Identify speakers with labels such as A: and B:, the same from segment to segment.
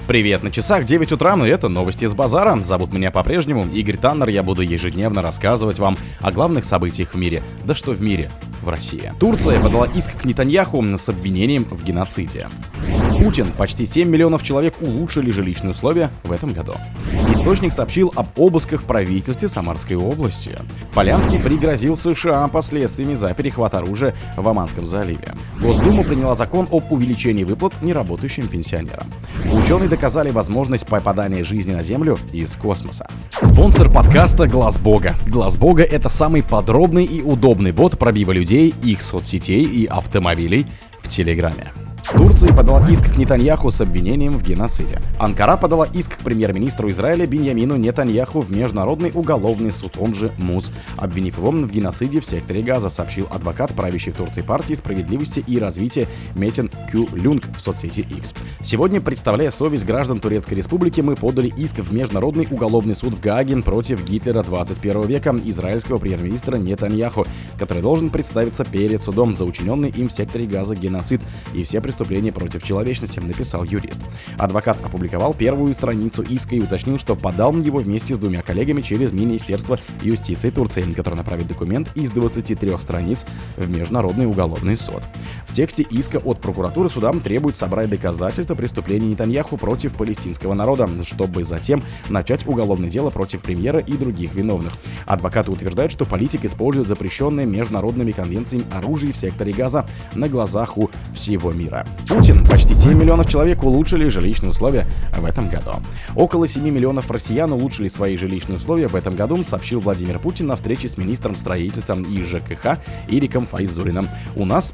A: Привет, на часах 9 утра, и это новости с базара. Зовут меня по-прежнему Игорь Таннер, я буду ежедневно рассказывать вам о главных событиях в мире. Да что в мире, в России. Турция подала иск к Нетаньяху с обвинением в геноциде. Путин: почти 7 миллионов человек улучшили жилищные условия в этом году. Источник сообщил об обысках в правительстве Самарской области. Полянский пригрозил США последствиями за перехват оружия в Оманском заливе. Госдума приняла закон об увеличении выплат неработающим пенсионерам. Ученые доказали возможность попадания жизни на Землю из космоса. Спонсор подкаста — Глаз Бога. Глаз Бога — это самый подробный и удобный бот пробива людей, их соцсетей и автомобилей в Телеграме. Турция подала иск к Нетаньяху с обвинением в геноциде. Анкара подала иск к премьер-министру Израиля Биньямину Нетаньяху в Международный уголовный суд, он же МУЗ, обвинив его в геноциде в секторе Газа, сообщил адвокат правящей в Турции партии справедливости и развития Метин Кюлюнг в соцсети X. Сегодня, представляя совесть граждан Турецкой Республики, мы подали иск в Международный уголовный суд в Гааге против Гитлера 21 века, израильского премьер-министра Нетаньяху, который должен представиться перед судом за учиненный им в секторе Газа геноцид и все преступления против человечности, написал юрист. Адвокат опубликовал первую страницу иска и уточнил, что подал его вместе с двумя коллегами через Министерство юстиции Турции, которое направит документ из 23 страниц в Международный уголовный суд. В тексте иска от прокуратуры суда требует собрать доказательства преступлений Нетаньяху против палестинского народа, чтобы затем начать уголовное дело против премьера и других виновных. Адвокаты утверждают, что политик использует запрещенное международными конвенциями оружие в секторе Газа на глазах у всего мира. Путин: почти 7 миллионов человек улучшили жилищные условия в этом году. Около 7 миллионов россиян улучшили свои жилищные условия в этом году, сообщил Владимир Путин на встрече с министром строительства и ЖКХ Ириком Файзуллиным. У нас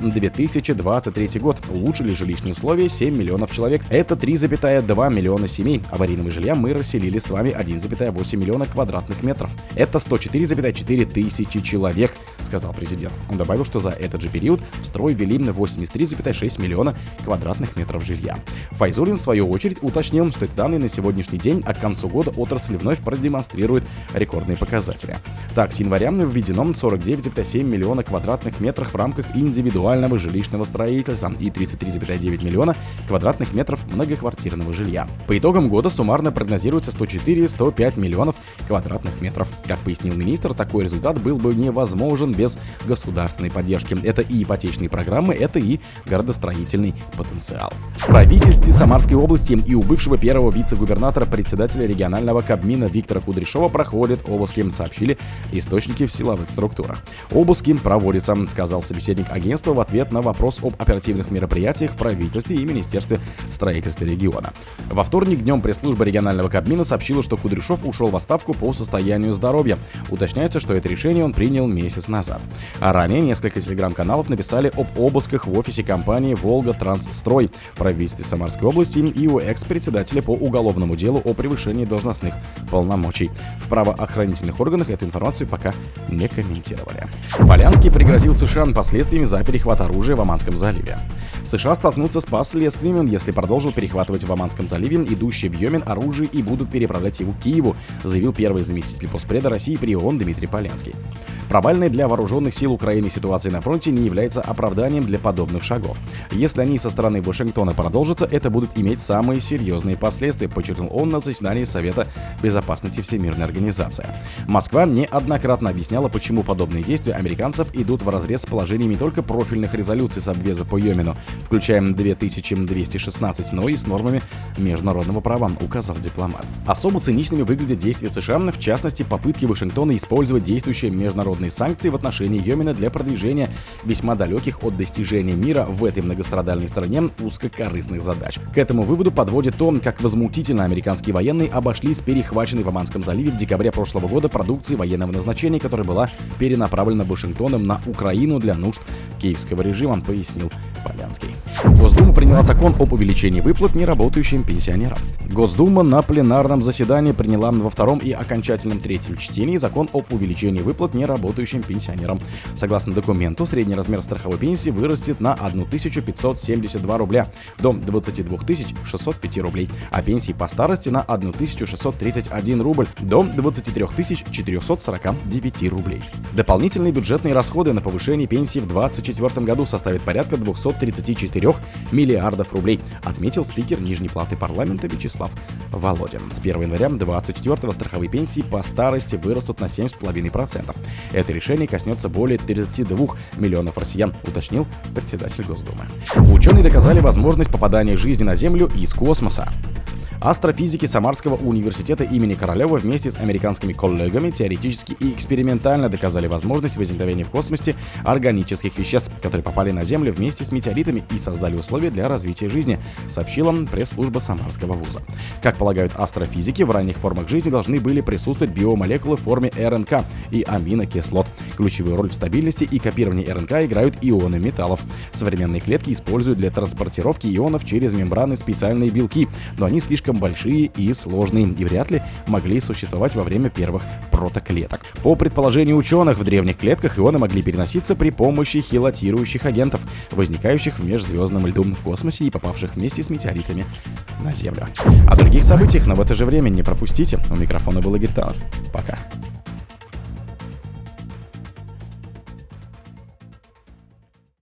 A: 2023 год. Улучшили жилищные условия 7 миллионов человек. Это 3,2 миллиона семей. Аварийного жилья мы расселили с вами 1,8 миллиона квадратных метров. Это 104,4 тысячи человек, сказал президент. Он добавил, что за этот же период в строй ввели 83,6 миллиона квадратных метров жилья. Файзуллин, в свою очередь, уточнил, что эти данные на сегодняшний день, а к концу года отрасль вновь продемонстрирует рекордные показатели. Так, с января введено 49,7 миллиона квадратных метров в рамках индивидуального жилищного строительства и 33,9 миллиона квадратных метров многоквартирного жилья. По итогам года суммарно прогнозируется 104-105 миллионов квадратных метров. Как пояснил министр, такой результат был бы невозможен без государственной поддержки. Это и ипотечные программы, это и градостроительный потенциал. В правительстве Самарской области и у бывшего первого вице-губернатора, председателя регионального Кабмина Виктора Кудряшова проходят обыски, сообщили источники в силовых структурах. Обыски проводятся, сказал собеседник агентства в ответ на вопрос об оперативных мероприятиях в правительстве и Министерстве строительства региона. Во вторник днем пресс-служба регионального Кабмина сообщила, что Кудряшов ушел в отставку по состоянию здоровья. Уточняется, что это решение он принял месяц назад. А ранее несколько телеграм-каналов написали об обысках в офисе компании «Волга-Трансстрой» в правительстве Самарской области и у экс-председателя по уголовному делу о превышении должностных полномочий. В правоохранительных органах эту информацию пока не комментировали. Полянский пригрозил США последствиями за перехват оружия в Оманском заливе. США столкнутся с последствиями, если продолжат перехватывать в Оманском заливе идущее в Йемен оружие и будут переправлять его к Киеву, заявил первый заместитель постпреда России при ООН Дмитрий Полянский. Провальной для вооруженных сил Украины ситуация на фронте не является оправданием для подобных шагов. Если они со стороны Вашингтона продолжатся, это будут иметь самые серьезные последствия, подчеркнул он на заседании Совета безопасности Всемирной организации. Москва неоднократно объясняла, почему подобные действия американцев идут вразрез с положениями не только профильных резолюций Совбеза по Йемену, включая 2216, но и с нормами международного права, указал дипломат. Особо циничными выглядят действия США, в частности, попытки Вашингтона использовать действующие международные санкции в отношении Йемена для продвижения весьма далеких от достижения мира в этой многострадальной стране узкокорыстных задач. К этому выводу подводит то, как возмутительно американские военные обошлись перехваченной в Оманском заливе в декабре прошлого года продукции военного назначения, которая была перенаправлена Вашингтоном на Украину для нужд киевского режима, пояснил Полянский. Госдума приняла закон об увеличении выплат неработающим пенсионерам. Госдума на пленарном заседании приняла во втором и окончательном третьем чтении закон об увеличении выплат неработающим пенсионерам. пенсионерам. Согласно документу, средний размер страховой пенсии вырастет на 1572 рубля до 22 605 рублей, а пенсии по старости на 1631 рубль до 23 449 рублей. Дополнительные бюджетные расходы на повышение пенсии в 2024 году составят порядка 234 миллиардов рублей, отметил спикер Нижней палаты парламента Вячеслав Володин. С 1 января 2024 страховые пенсии по старости вырастут на 7,5%. Это решение коснется более 32 миллионов россиян, уточнил председатель Госдумы. Ученые доказали возможность попадания жизни на Землю из космоса. Астрофизики Самарского университета имени Королева вместе с американскими коллегами теоретически и экспериментально доказали возможность возникновения в космосе органических веществ, которые попали на Землю вместе с метеоритами и создали условия для развития жизни, сообщила пресс-служба Самарского вуза. Как полагают астрофизики, в ранних формах жизни должны были присутствовать биомолекулы в форме РНК и аминокислот. Ключевую роль в стабильности и копировании РНК играют ионы металлов. Современные клетки используют для транспортировки ионов через мембраны специальные белки, но они слишком большие и сложные и вряд ли могли существовать во время первых протоклеток. По предположению ученых, в древних клетках ионы могли переноситься при помощи хелатирующих агентов, возникающих в межзвездном льду в космосе и попавших вместе с метеоритами на Землю. О других событиях, но в это же время не пропустите. У микрофона был Игорь Таннер. Пока.